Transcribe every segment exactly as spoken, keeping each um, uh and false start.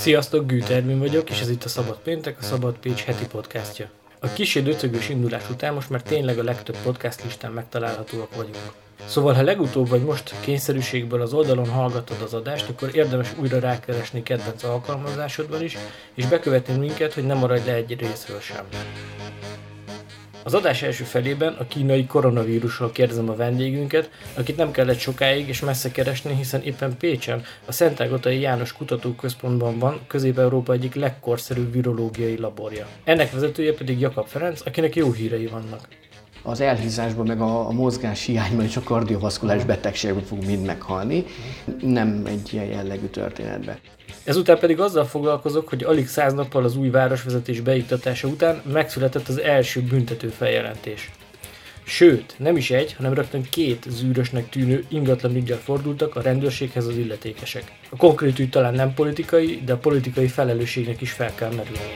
Sziasztok, Gűt Ervin vagyok, és ez itt a Szabad Péntek, a Szabad Pécs heti podcastja. A kissé döcögős indulás után most már tényleg a legtöbb podcast listán megtalálhatóak vagyunk. Szóval, ha legutóbb vagy most kényszerűségből az oldalon hallgattad az adást, akkor érdemes újra rákeresni kedvenc alkalmazásodban is, és bekövetni minket, hogy ne maradj le egy részről sem. Az adás első felében a kínai koronavírusról kérdezem a vendégünket, akit nem kellett sokáig és messze keresni, hiszen éppen Pécsen, a Szentágotai János Kutatóközpontban van Közép-Európa egyik legkorszerűbb virológiai laborja. Ennek vezetője pedig Jakab Ferenc, akinek jó hírei vannak. Az elhízásban, meg a, a mozgás hiányban és a kardiovaszkuláris betegségben fog mind meghalni, nem egy ilyen jellegű történetben. Ezután pedig azzal foglalkozok, hogy alig száz nappal az új városvezetés beiktatása után megszületett az első büntető feljelentés. Sőt, nem is egy, hanem rögtön két zűrösnek tűnő ingatlan üggyel fordultak a rendőrséghez az illetékesek. A konkrét ügy talán nem politikai, de a politikai felelősségnek is fel kell merülnie.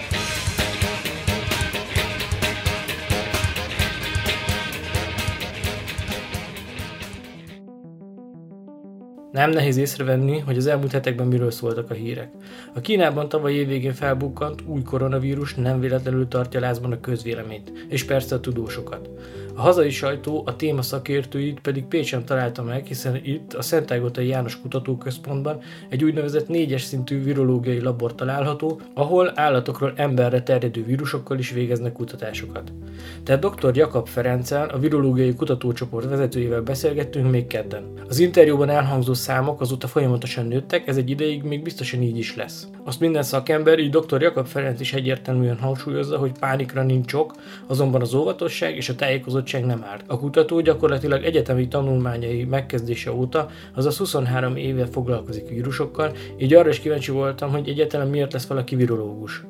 Nem nehéz észrevenni, hogy az elmúlt hetekben miről szóltak a hírek. A Kínában tavaly évvégén felbukkant új koronavírus nem véletlenül tartja lázban a közvéleményt, és persze a tudósokat. A hazai sajtó a téma szakértőit pedig Pécsen találta meg, hiszen itt a Szentágotai János Kutatóközpontban egy úgynevezett négyes szintű virológiai labor található, ahol állatokról emberre terjedő vírusokkal is végeznek kutatásokat. Tehát dr. Jakab Ferenccel, a virológiai kutatócsoport vezetőjével beszélgettünk még kedden. Az interjúban elhangzó számok azóta folyamatosan nőttek, ez egy ideig még biztosan így is lesz. Azt minden szakember, így dr. Jakab Ferenc is egyértelműen hangsúlyozza, hogy pánikra nincs ok, azonban az óvatosság és a tájékozottság nem árt. A kutató gyakorlatilag egyetemi tanulmányai megkezdése óta, azaz huszonhárom éve foglalkozik vírusokkal, így arra is kíváncsi voltam, hogy egyáltalán miért lesz valaki virológus.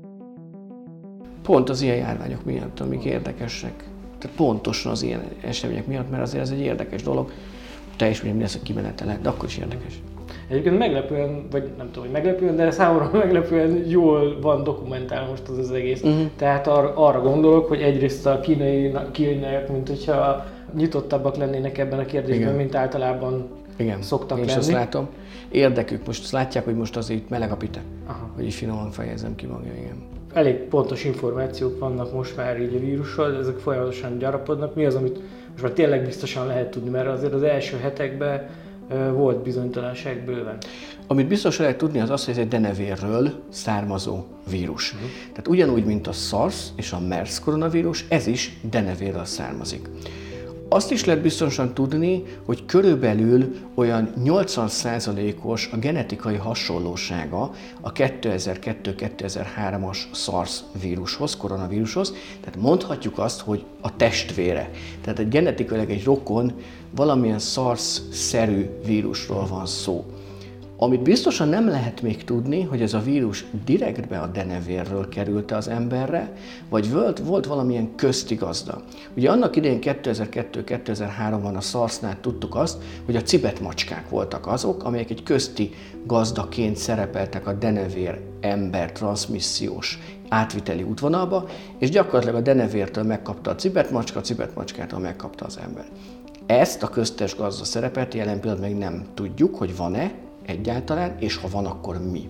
Pont az ilyen járványok miatt, amik érdekesek. Tehát pontosan az ilyen események miatt, mert azért ez egy érdekes dolog. Teljes mindegy, mi lesz a kimenetele, de akkor is érdekes. Egyébként meglepően, vagy nem tudom, hogy meglepően, de számomra meglepően jól van dokumentálva most az az egész. Uh-huh. Tehát ar- arra gondolok, hogy egyrészt a kínai, kínaiak, mint hogyha nyitottabbak lennének ebben a kérdésben, igen, mint általában igen, szoktak én lenni. Én is azt látom. Érdekük, most azt látják, hogy most azért meleg a pite. Aha. Hogy így finoman fejezem ki magja, igen. Elég pontos információk vannak most már így a vírusról, ezek folyamatosan gyarapodnak. Mi az, amit most már tényleg biztosan lehet tudni, mert azért az első hetekben volt bizonytalanság bőven. Amit biztosan lehet tudni, az az, hogy ez egy denevérről származó vírus. Uh-huh. Tehát ugyanúgy, mint a SARS és a MERS koronavírus, ez is denevérről származik. Azt is lehet biztosan tudni, hogy körülbelül olyan nyolcvan százalékos a genetikai hasonlósága a kétezer-kettő kétezer-hármas SARS vírushoz, koronavírushoz. Tehát mondhatjuk azt, hogy a testvére. Tehát egy genetikailag egy rokon, valamilyen SARS-szerű vírusról van szó. Amit biztosan nem lehet még tudni, hogy ez a vírus direktbe a denevérről került az emberre, vagy volt, volt valamilyen közti gazda. Ugye annak idején kétezer-kettő kétezer-háromban a SARS-nál tudtuk azt, hogy a cibetmacskák voltak azok, amelyek egy közti gazdaként szerepeltek a denevér-ember transzmissziós átviteli útvonalba, és gyakorlatilag a denevértől megkapta a cibetmacska, a cibetmacskától megkapta az ember. Ezt a köztes gazda szerepet jelen pillanatban még nem tudjuk, hogy van-e egyáltalán, és ha van, akkor mi.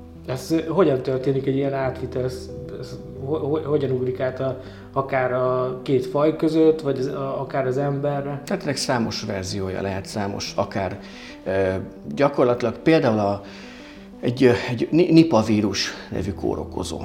Ez hogyan történik egy ilyen átvitel? Ez, ez, ho, hogyan ugrik át a, akár a két faj között, vagy az, a, akár az emberre? Tehát ennek számos verziója lehet, számos, akár e, gyakorlatilag például a, egy, egy Nipah vírus nevű kórokozó,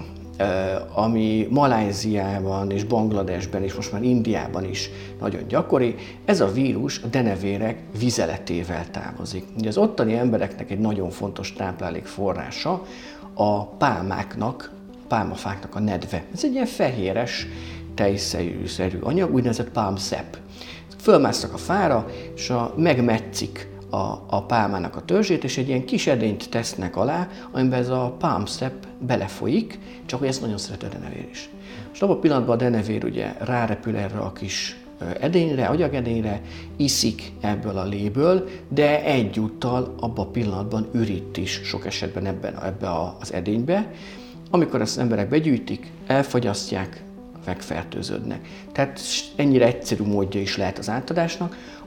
ami Malajziában és Bangladesben és most már Indiában is nagyon gyakori. Ez a vírus a denevérek vizeletével távozik. Ugye az ottani embereknek egy nagyon fontos táplálék forrása a pálmáknak, pálmafáknak a nedve. Ez egy ilyen fehéres, tejszerű anyag, úgynevezett palm sap. Fölmásznak a fára, és a, megmetszik a, a pálmának a törzsét, és egy ilyen kis edényt tesznek alá, amiben ez a palm sap belefolyik, csak hogy ezt nagyon szeret a denevér is. És abban a pillanatban a denevér ugye rárepül erre a kis edényre, agyagedényre, iszik ebből a léből, de egyúttal abban a pillanatban ürít is sok esetben ebben, ebbe az edénybe. Amikor ezt az emberek begyűjtik, elfogyasztják, megfertőződnek. Tehát ennyire egyszerű módja is lehet az átadásnak.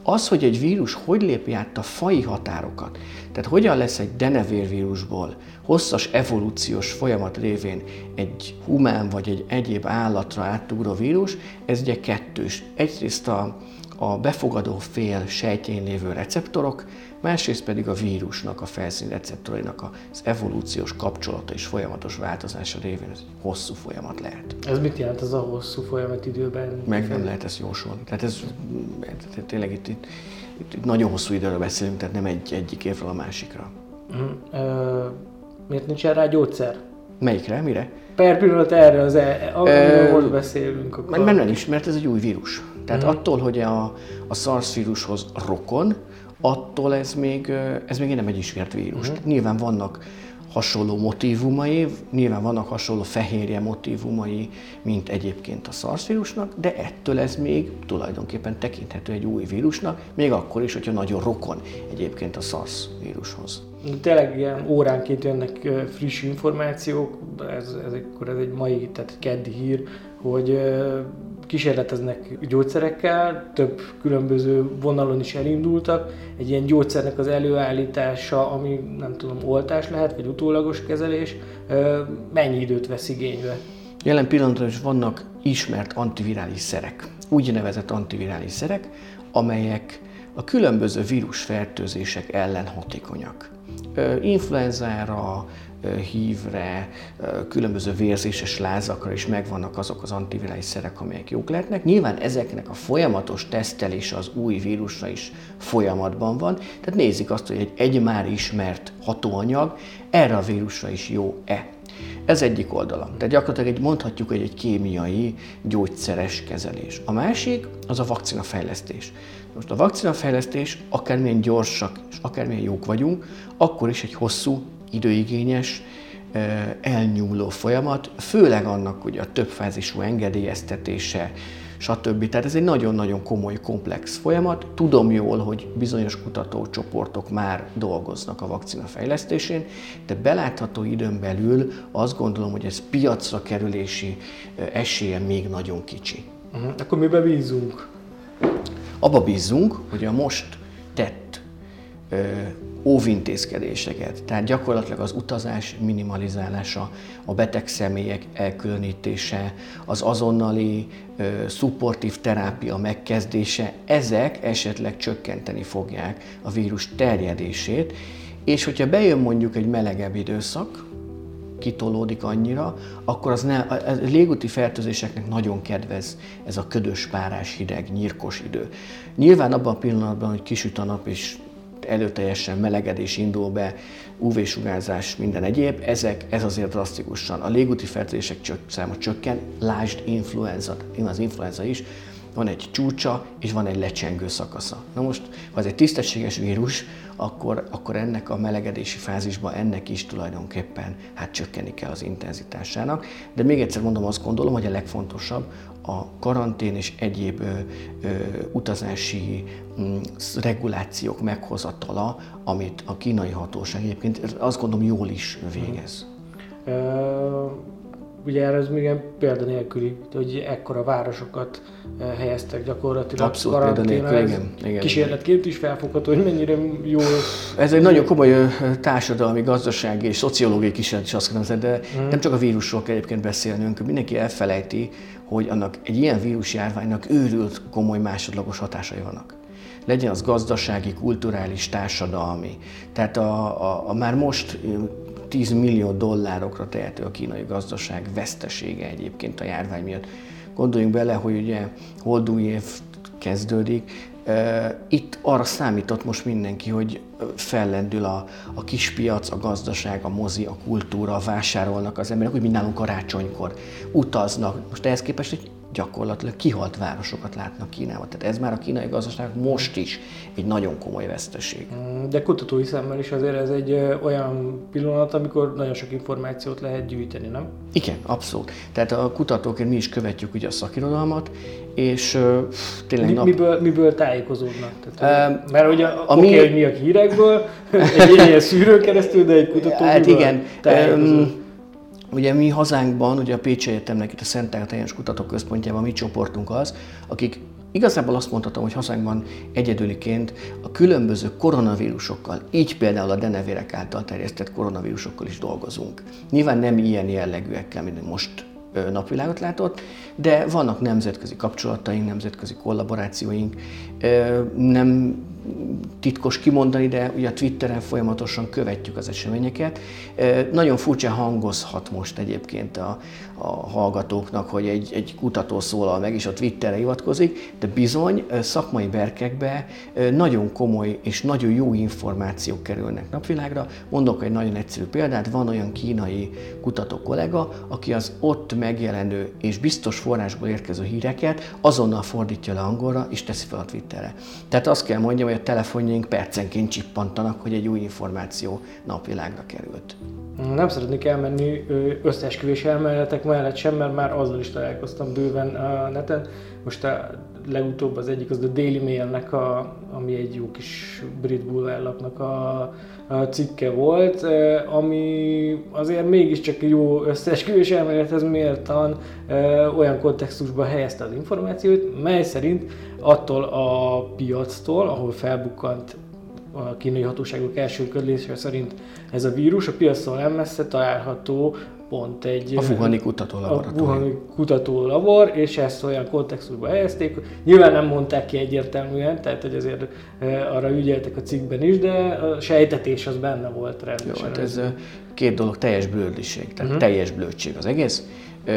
Az, hogy egy vírus hogy lépi át a faji határokat, tehát hogyan lesz egy denevérvírusból hosszas evolúciós folyamat révén egy humán vagy egy egyéb állatra átugró vírus, ez ugye kettős. Egyrészt a, a befogadó fél sejtjén lévő receptorok, másrészt pedig a vírusnak, a felszínreceptorainak az evolúciós kapcsolata és folyamatos változása révén ez egy hosszú folyamat lehet. Ez mit jelent ez a hosszú folyamat időben? Meg nem lehet ezt jósolni. Tehát ez tényleg itt, itt, itt, itt nagyon hosszú időről beszélünk, tehát nem egy, egyik évről a másikra. Mm, ö, miért nincs erre gyógyszer? Melyikre? Mire? Per pillanat erre az, e, amiről most beszélünk. Akkor... Mert nem is, mert ez egy új vírus. Tehát mm. attól, hogy a, a SARS vírushoz rokon, attól ez még, ez még nem egy ismert vírus. Mm. Nyilván vannak hasonló motívumai, nyilván vannak hasonló fehérje motívumai, mint egyébként a SARS vírusnak, de ettől ez még tulajdonképpen tekinthető egy új vírusnak, még akkor is, hogyha nagyon rokon egyébként a SARS vírushoz. Tényleg ilyen óránként jönnek friss információk, ez, ez, akkor ez egy mai, tehát keddi hír, hogy kísérleteznek gyógyszerekkel, több különböző vonalon is elindultak. Egy ilyen gyógyszernek az előállítása, ami nem tudom, oltás lehet, vagy utólagos kezelés, mennyi időt vesz igénybe? Jelen pillanatban is vannak ismert antivirális szerek, úgynevezett antivirális szerek, amelyek a különböző vírusfertőzések ellen hatékonyak. Influenzára, hívre, különböző vérzéses lázakra is megvannak azok az antivirális szerek, amelyek jók lehetnek. Nyilván ezeknek a folyamatos tesztelése az új vírusra is folyamatban van, tehát nézik azt, hogy egy, egy már ismert hatóanyag erre a vírusra is jó-e. Ez egyik oldala. Tehát gyakorlatilag egy, mondhatjuk, hogy egy kémiai, gyógyszeres kezelés. A másik az a vakcinafejlesztés. Most a vakcinafejlesztés, akármilyen gyorsak és akármilyen jók vagyunk, akkor is egy hosszú, időigényes, elnyúló folyamat, főleg annak ugye a többfázisú engedélyeztetése, stb. Tehát ez egy nagyon-nagyon komoly, komplex folyamat. Tudom jól, hogy bizonyos kutatócsoportok már dolgoznak a vakcina fejlesztésén, de belátható időn belül azt gondolom, hogy ez piacra kerülési esélye még nagyon kicsi. Uh-huh. Akkor miben bízunk? Abba bízunk, hogy a most tett ö, óvintézkedéseket, tehát gyakorlatilag az utazás minimalizálása, a beteg személyek elkülönítése, az azonnali ö, szupportív terápia megkezdése, ezek esetleg csökkenteni fogják a vírus terjedését, és hogyha bejön mondjuk egy melegebb időszak, kitolódik annyira, akkor az ne, a légúti fertőzéseknek nagyon kedvez ez a ködös, párás, hideg, nyírkos idő. Nyilván abban a pillanatban, hogy kisüt a nap és előteljesen melegedés indul be, ú vé-sugárzás, minden egyéb, ezek, ez azért drasztikusan. A légúti fertőzések csök, száma csökken, lásd influenza, az influenza is, van egy csúcsa és van egy lecsengő szakasza. Na most, ha ez egy tisztességes vírus, akkor, akkor ennek a melegedési fázisban ennek is tulajdonképpen hát csökkenni kell az intenzitásának. De még egyszer mondom, azt gondolom, hogy a legfontosabb a karantén és egyéb ö, ö, utazási m, regulációk meghozatala, amit a kínai hatóság egyébként azt gondolom jól is végez. Uh... Ugye erre ez még példanélküli, hogy ekkora városokat helyeztek gyakorlatilag abszolút példanélküli, igen, igen. Kísérletként is felfogható, hogy mennyire jó. Ez egy nagyon komoly társadalmi, gazdasági és szociológiai kísérlet is azt mondom, de hmm. nem csak a vírusról kell egyébként beszélnünk, mindenki elfelejti, hogy annak egy ilyen vírusjárványnak őrült komoly másodlagos hatásai vannak. Legyen az gazdasági, kulturális, társadalmi. Tehát a, a, a már most tíz millió dollárokra tehető a kínai gazdaság vesztesége egyébként a járvány miatt. Gondoljunk bele, hogy ugye holdúj év kezdődik, itt arra számított most mindenki, hogy fellendül a, a kispiac, a gazdaság, a mozi, a kultúra, vásárolnak az emberek, úgy mint nálunk karácsonykor utaznak. Most ehhez képest egy gyakorlatilag kihalt városokat látnak Kínában. Tehát ez már a kínai gazdaság most is egy nagyon komoly veszteség. De kutatói szemmel is azért ez egy olyan pillanat, amikor nagyon sok információt lehet gyűjteni, nem? Igen, abszolút. Tehát a kutatóként mi is követjük ugye a szakirodalmat, és tényleg... Mi, nap... miből, miből tájékozódnak? Tehát, um, mert ugye oké, mi... hogy mi a hírekből, egy ilyen szűrőn keresztül, de egy kutató hát igen. tájékozódnak? Ugye mi hazánkban, ugye a Pécsi Egyetemnek itt a Szent Ágnes János Kutatóközpontjában mi csoportunk az, akik igazából azt mondhatom, hogy hazánkban egyedüliként a különböző koronavírusokkal, így például a denevérek által terjesztett koronavírusokkal is dolgozunk. Nyilván nem ilyen jellegűekkel, mint most napvilágot látott, de vannak nemzetközi kapcsolataink, nemzetközi kollaborációink. Nem titkos kimondani, de ugye a Twitteren folyamatosan követjük az eseményeket. Nagyon furcsa hangozhat most egyébként a, a hallgatóknak, hogy egy, egy kutató szólal meg, és a Twitterre hivatkozik, de bizony szakmai berkekbe nagyon komoly és nagyon jó információk kerülnek napvilágra. Mondok egy nagyon egyszerű példát, van olyan kínai kutató kollega, aki az ott megjelenő és biztos forrásból érkező híreket azonnal fordítja le angolra, és teszi fel a Twitterre. Tehát azt kell mondjam, hogy a telefonjaink percenként csippantanak, hogy egy új információ napvilágra került. Nem szeretnék elmenni összeesküvés elméletek mellett sem, mert már azzal is találkoztam bőven a neten. Most a legutóbb az egyik az a Daily Mail-nek, a, ami egy jó kis brit bulvárlapnak a, a cikke volt, ami azért mégiscsak jó összeesküvés elmélethez méltan olyan kontextusban helyezte az információt, mely szerint attól a piactól, ahol felbukkant a kínai hatóságok első közlése szerint ez a vírus, a piactól nem messze található pont egy... A Wuhani kutatólabor. A Wuhani kutatólabor, és ezt olyan kontextusba helyezték. Nyilván nem mondták ki egyértelműen, tehát hogy azért arra ügyeltek a cikkben is, de a sejtetés az benne volt rendesen. Jó, hát ez két dolog, teljes blödliség, tehát uh-huh. teljes blödség az egész.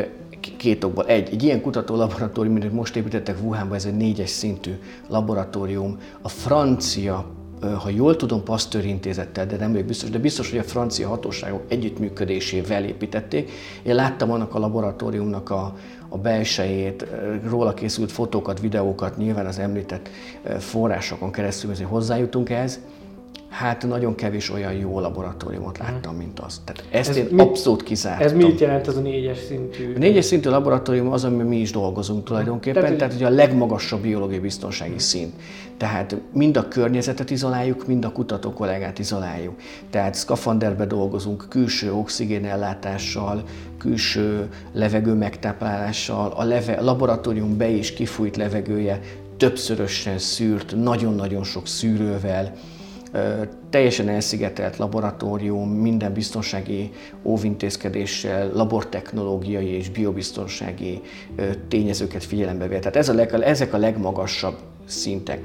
Két okból. Egy, egy ilyen kutatólaboratórium, mint most építettek Wuhanba, ez egy négyes szintű laboratórium. A francia, ha jól tudom, Pasteur intézettel, de nem vagyok biztos, de biztos, hogy a francia hatóságok együttműködésével építették. Én láttam annak a laboratóriumnak a, a belsejét, róla készült fotókat, videókat, nyilván az említett forrásokon keresztül, hogy hozzájutunk ehhez. Hát nagyon kevés olyan jó laboratóriumot láttam, mint az. Tehát ezt ez én mit, abszolút kizártam. Ez mit jelent az a négyes szintű? A négyes szintű laboratórium az, amiben mi is dolgozunk tulajdonképpen, tehát, tehát ugye a legmagasabb biológiai biztonsági szint. Tehát mind a környezetet izoláljuk, mind a kutató kollégát izoláljuk. Tehát szkafanderbe dolgozunk, külső oxigénellátással, külső levegő megtáplálással, a, leve, a laboratórium be- és kifújt levegője többszörösen szűrt, nagyon-nagyon sok szűrővel, teljesen elszigetelt laboratórium, minden biztonsági óvintézkedéssel, labortechnológiai és biobiztonsági tényezőket figyelembe véve. Tehát ez a leg, ezek a legmagasabb szintek.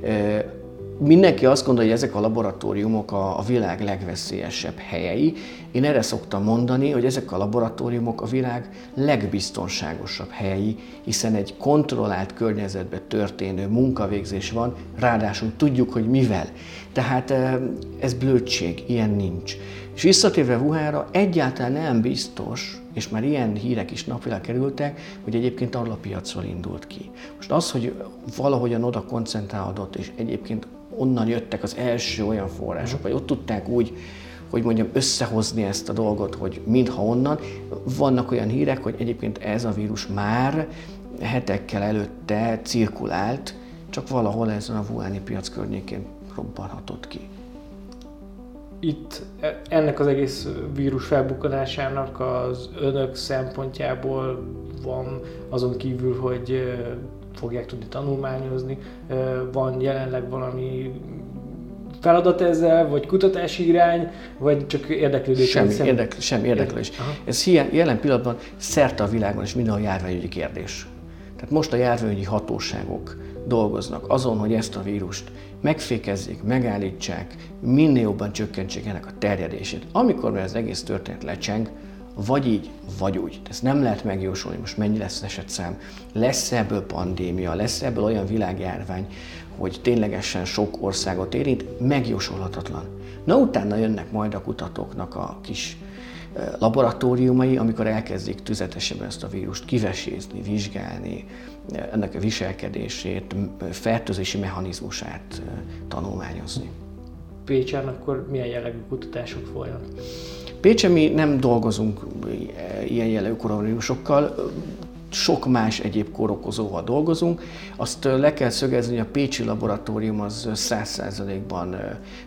Mindenki azt gondolja, hogy ezek a laboratóriumok a, a világ legveszélyesebb helyei. Én erre szoktam mondani, hogy ezek a laboratóriumok a világ legbiztonságosabb helyei, hiszen egy kontrollált környezetben történő munkavégzés van, ráadásul tudjuk, hogy mivel. Tehát ez blödség, ilyen nincs. És visszatérve Wuhanra, egyáltalán nem biztos, és már ilyen hírek is napvilágra kerültek, hogy egyébként arról a piacról indult ki. Most az, hogy valahogyan oda koncentrálódott, és egyébként onnan jöttek az első olyan források, vagy ott tudták úgy, hogy mondjam, összehozni ezt a dolgot, hogy mintha onnan. Vannak olyan hírek, hogy egyébként ez a vírus már hetekkel előtte cirkulált, csak valahol ezen a wuhani piac környékén robbanhatott ki. Itt ennek az egész vírus felbukkanásának az önök szempontjából van azon kívül, hogy fogják tudni tanulmányozni, van jelenleg valami feladat ezzel, vagy kutatási irány, vagy csak érdeklődés? Semmi, érdekl- semmi érdeklődés. Ez jelen pillanatban szerte a világon és mindenhol járványügyi kérdés. Tehát most a járványügyi hatóságok dolgoznak azon, hogy ezt a vírust megfékezzék, megállítsák, minél jobban csökkentsék ennek a terjedését. Amikor már az egész történet lecseng, vagy így, vagy úgy. Ezt nem lehet megjósolni, most mennyi lesz esetszám, lesz ebből pandémia, lesz ebből olyan világjárvány, hogy ténylegesen sok országot érint, megjósolhatatlan. Na utána jönnek majd a kutatóknak a kis laboratóriumai, amikor elkezdik tüzetesebben ezt a vírust kivesézni, vizsgálni, ennek a viselkedését, fertőzési mechanizmusát tanulmányozni. Pécsen akkor milyen jellegű kutatások folynak? Pécsen mi nem dolgozunk ilyen jellegű koronavírusokkal, sok más egyéb kórokozóval dolgozunk. Azt le kell szögezni, hogy a pécsi laboratórium az száz százalékban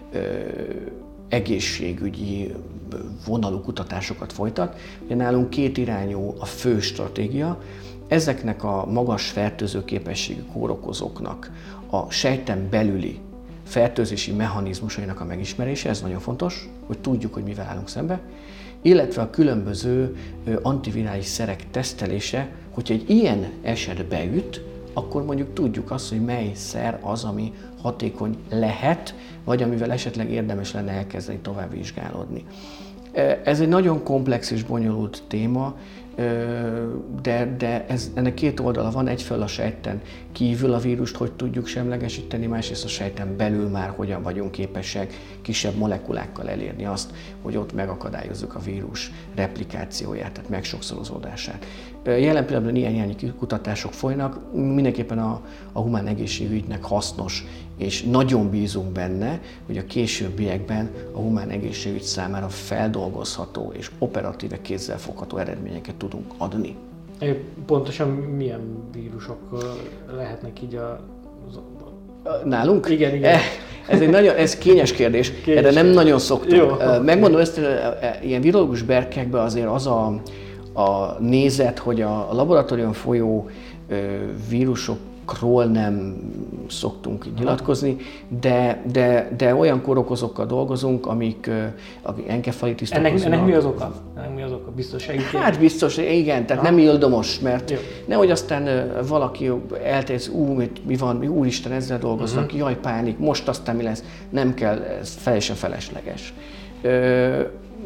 egészségügyi vonalú kutatásokat folytat. Ugye nálunk két irányú a fő stratégia. ezeknek a magas fertőző képességű kórokozóknak a sejten belüli fertőzési mechanizmusainak a megismerése, ez nagyon fontos, hogy tudjuk, hogy mivel állunk szembe, illetve a különböző antivirális szerek tesztelése, hogyha egy ilyen eset beüt, akkor mondjuk tudjuk azt, hogy mely szer az, ami hatékony lehet, vagy amivel esetleg érdemes lenne elkezdeni tovább vizsgálódni. Ez egy nagyon komplex és bonyolult téma, de, de ez, ennek két oldala van, egyfelől a sejten kívül a vírust hogy tudjuk semlegesíteni, másrészt a sejten belül már hogyan vagyunk képesek kisebb molekulákkal elérni azt, hogy ott megakadályozzuk a vírus replikációját, tehát megsokszorozódását. Jelen pillanatban ilyen irányú kutatások folynak, mindenképpen a, a humán egészségügynek hasznos, és nagyon bízunk benne, hogy a későbbiekben a humán egészségügy számára feldolgozható és operatíve kézzelfogható eredményeket tudunk adni. Pontosan milyen vírusok lehetnek így a... Nálunk? Igen, igen. Ez egy nagyon, ez kényes kérdés, kényes erre nem kérdés. Nagyon szoktunk. Jó. Megmondom ezt, ilyen virológus berkekben azért az a, a nézet, hogy a laboratóriumon folyó vírusokról nem szoktunk így nyilatkozni, de, de, de olyan kórokozókkal dolgozunk, amik, amik enkefalitiszt okoznak. Ennek mi az oka? Ennek mi az oka? Biztos segíteni? Hát biztos, igen, tehát ha? Nem ildomos, mert jó. Nehogy aztán valaki eltéz, ú, mit, mi van, úristen, ezzel dolgoznak, uh-huh. jaj, pánik, most aztán mi lesz, nem kell, ez teljesen felesleges. Ö,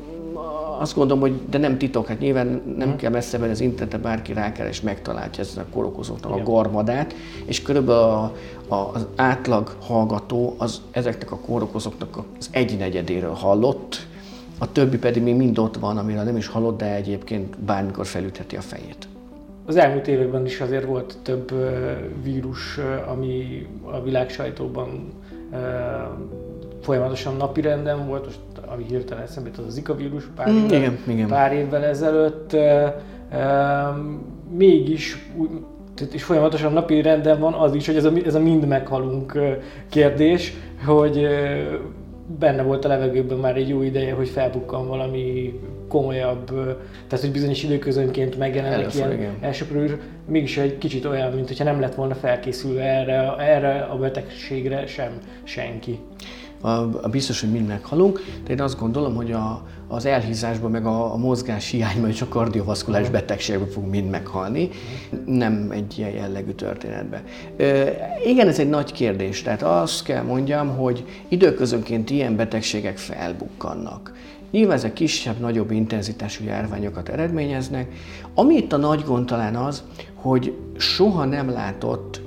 Azt gondolom, hogy de nem titok, hát nyilván nem hmm. kell messze menni az interneten, bárki rákeres és megtalálja ezzel a kórokozóknak a garmadát, és körülbelül a, a, az átlag hallgató az ezeknek a kórokozóknak az egynegyedéről hallott, a többi pedig még mind ott van, amiről nem is hallott, de egyébként bármikor felütheti a fejét. Az elmúlt években is azért volt több uh, vírus, uh, ami a világ sajtóban uh, folyamatosan napirenden volt, most ami hirtelen eszembe jutott, az Zika vírus pár, mm, évvel, igen, igen. pár évvel ezelőtt, e, e, mégis és folyamatosan napirenden van az is, hogy ez a, ez a mind meghalunk kérdés, hogy benne volt a levegőben már egy jó ideje, hogy felbukkan valami komolyabb, tehát hogy bizonyos időközönként megjelennek ilyen elsöprő, mégis egy kicsit olyan, mint hogyha nem lett volna felkészülve erre, erre a betegségre sem senki. A, a biztos, hogy mind meghalunk, de én azt gondolom, hogy a, az elhízásban, meg a, a mozgás hiányban és a kardiovaszkuláris betegségben fogunk mind meghalni, nem egy ilyen jellegű történetben. Ö, igen, ez egy nagy kérdés, tehát azt kell mondjam, hogy időközönként ilyen betegségek felbukkannak. Nyilván ezek kisebb, nagyobb intenzitású járványokat eredményeznek. Ami itt a nagy gond talán az, hogy soha nem látott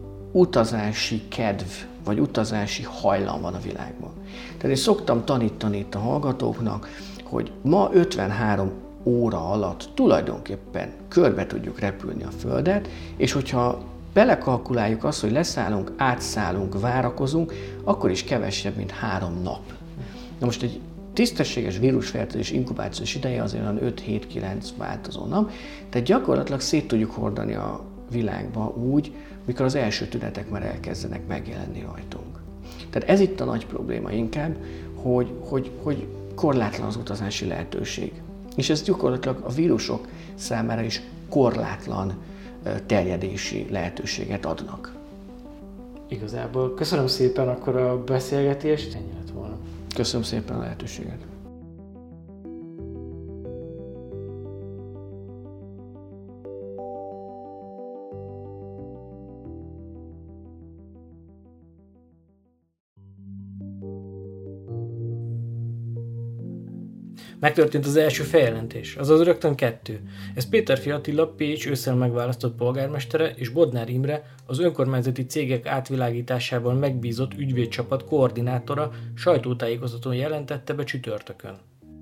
utazási kedv, vagy utazási hajlam van a világban. Tehát én szoktam tanítani itt a hallgatóknak, hogy ma ötvenhárom óra alatt tulajdonképpen körbe tudjuk repülni a Földet, és hogyha belekalkuláljuk azt, hogy leszállunk, átszállunk, várakozunk, akkor is kevesebb, mint három nap. Na most egy tisztességes vírusfertőzés inkubációs ideje azért olyan öt-hét-kilenc változó nap, tehát gyakorlatilag szét tudjuk hordani a világba úgy, mikor az első tünetek már elkezdenek megjelenni rajtunk. Tehát ez itt a nagy probléma inkább, hogy, hogy, hogy korlátlan az utazási lehetőség. És ez gyakorlatilag a vírusok számára is korlátlan terjedési lehetőséget adnak. Igazából köszönöm szépen akkor a beszélgetést, ennyi lett volna. Köszönöm szépen a lehetőséget. Megtörtént az első feljelentés, azaz rögtön kettő. Ez Péterfi Attila, Pécs ősszel megválasztott polgármestere és Bodnár Imre, az önkormányzati cégek átvilágításában megbízott ügyvédcsapat koordinátora sajtótájékoztatón jelentette be csütörtökön.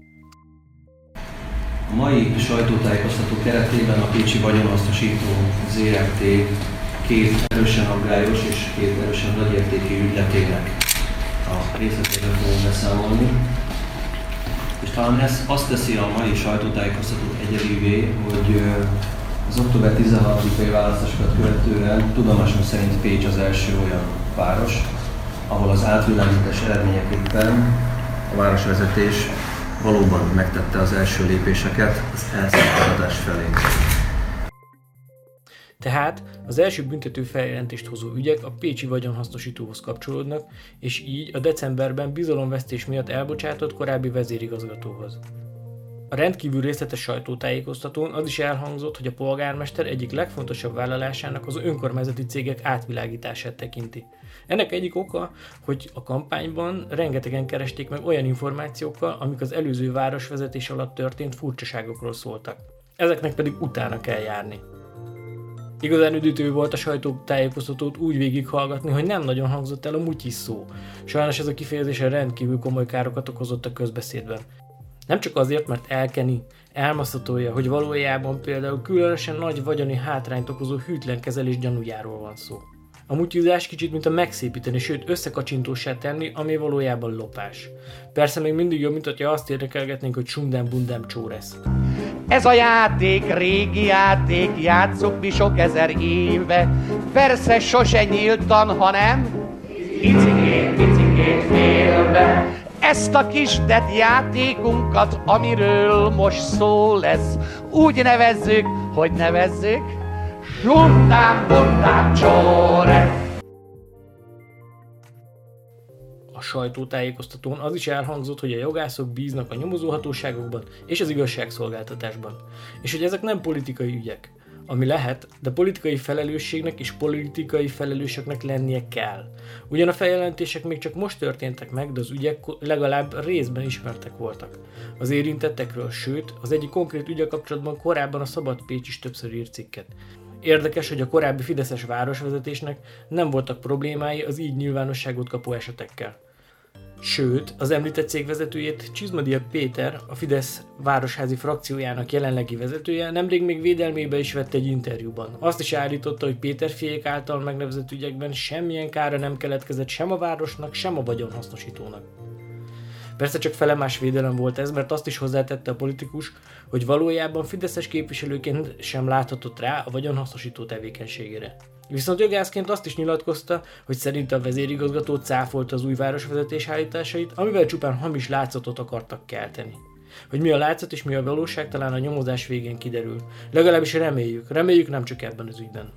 A mai sajtótájékoztató keretében a Pécsi Vagyonhasznosító zé er té két erősen aggályos és két erősen nagyértékű ügyletének a részletében fogunk beszámolni. És talán ez azt teszi a mai sajtótájékoztatót egyedivé, hogy az október tizenhatodikai választásokat követően tudomásom szerint Pécs az első olyan város, ahol az átvilágítás eredményeképpen a városvezetés valóban megtette az első lépéseket az elszállítás felé. Tehát az első büntető feljelentést hozó ügyek a pécsi vagyonhasznosítóhoz kapcsolódnak, és így a decemberben bizalomvesztés miatt elbocsátott korábbi vezérigazgatóhoz. A rendkívül részletes sajtótájékoztatón az is elhangzott, hogy a polgármester egyik legfontosabb vállalásának az önkormányzati cégek átvilágítását tekinti. Ennek egyik oka, hogy a kampányban rengetegen keresték meg olyan információkkal, amik az előző városvezetés alatt történt furcsaságokról szóltak. Ezeknek pedig utána kell járni. Igazán üdítő volt a sajtótájékoztatót úgy végighallgatni, hogy nem nagyon hangzott el a mutyis szó. Sajnos ez a kifejezés rendkívül komoly károkat okozott a közbeszédben. Nem csak azért, mert elkeni, elmaszatolja, hogy valójában például különösen nagy vagyoni hátrányt okozó hűtlen kezelés gyanújáról van szó. A mutyizás kicsit mint a megszépíteni, sőt összekacsintóssá tenni, ami valójában lopás. Persze még mindig jobb, mint hogyha azt érdekelgetnénk, hogy sundem-bundem csóresz. Ez a játék régi játék, játsszuk mi sok ezer éve. Persze sose nyíltan, hanem picikét, picikét félve. Ezt a kisdet játékunkat, amiről most szó lesz, úgy nevezzük, hogy nevezzük sundám-bundám csóre. A sajtótájékoztatón az is elhangzott, hogy a jogászok bíznak a nyomozóhatóságokban és az igazságszolgáltatásban, és hogy ezek nem politikai ügyek. Ami lehet, de politikai felelősségnek és politikai felelősöknek lennie kell. Ugyan a feljelentések még csak most történtek meg, de az ügyek legalább részben ismertek voltak. Az érintettekről, sőt, az egyik konkrét ügyel kapcsolatban korábban a Szabad Pécs is többször írt cikket. Érdekes, hogy a korábbi fideszes városvezetésnek nem voltak problémái az így nyilvánosságot kapó esetekkel. Sőt, az említett cég vezetőjét, Csizmadia Péter, a Fidesz városházi frakciójának jelenlegi vezetője nemrég még védelmébe is vett egy interjúban. Azt is állította, hogy Péter fiék által megnevezett ügyekben semmilyen kára nem keletkezett sem a városnak, sem a vagyonhasznosítónak. Persze csak felemás védelem volt ez, mert azt is hozzátette a politikus, hogy valójában fideszes képviselőként sem láthatott rá a vagyonhasznosító tevékenységére. Viszont jogászként azt is nyilatkozta, hogy szerinte a vezérigazgató cáfolta az új városvezetés állításait, amivel csupán hamis látszatot akartak kelteni. Hogy mi a látszat és mi a valóság, talán a nyomozás végén kiderül. Legalábbis reméljük, reméljük nem csak ebben az ügyben.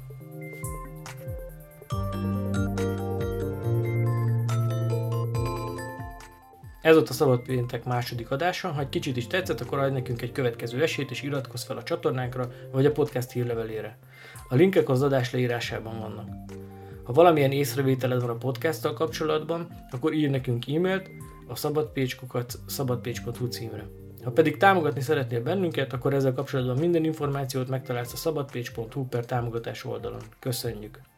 Ez volt a Szabad Péntek második adása. Ha egy kicsit is tetszett, akkor adj nekünk egy következő esélyt és iratkozz fel a csatornánkra vagy a podcast hírlevelére. A linkek az adás leírásában vannak. Ha valamilyen észrevételed van a podcasttal kapcsolatban, akkor írj nekünk e-mailt a szabadpécs kukac szabadpécs pont hu címre. Ha pedig támogatni szeretnél bennünket, akkor ezzel kapcsolatban minden információt megtalálsz a szabadpécs pont hu per támogatás oldalon. Köszönjük!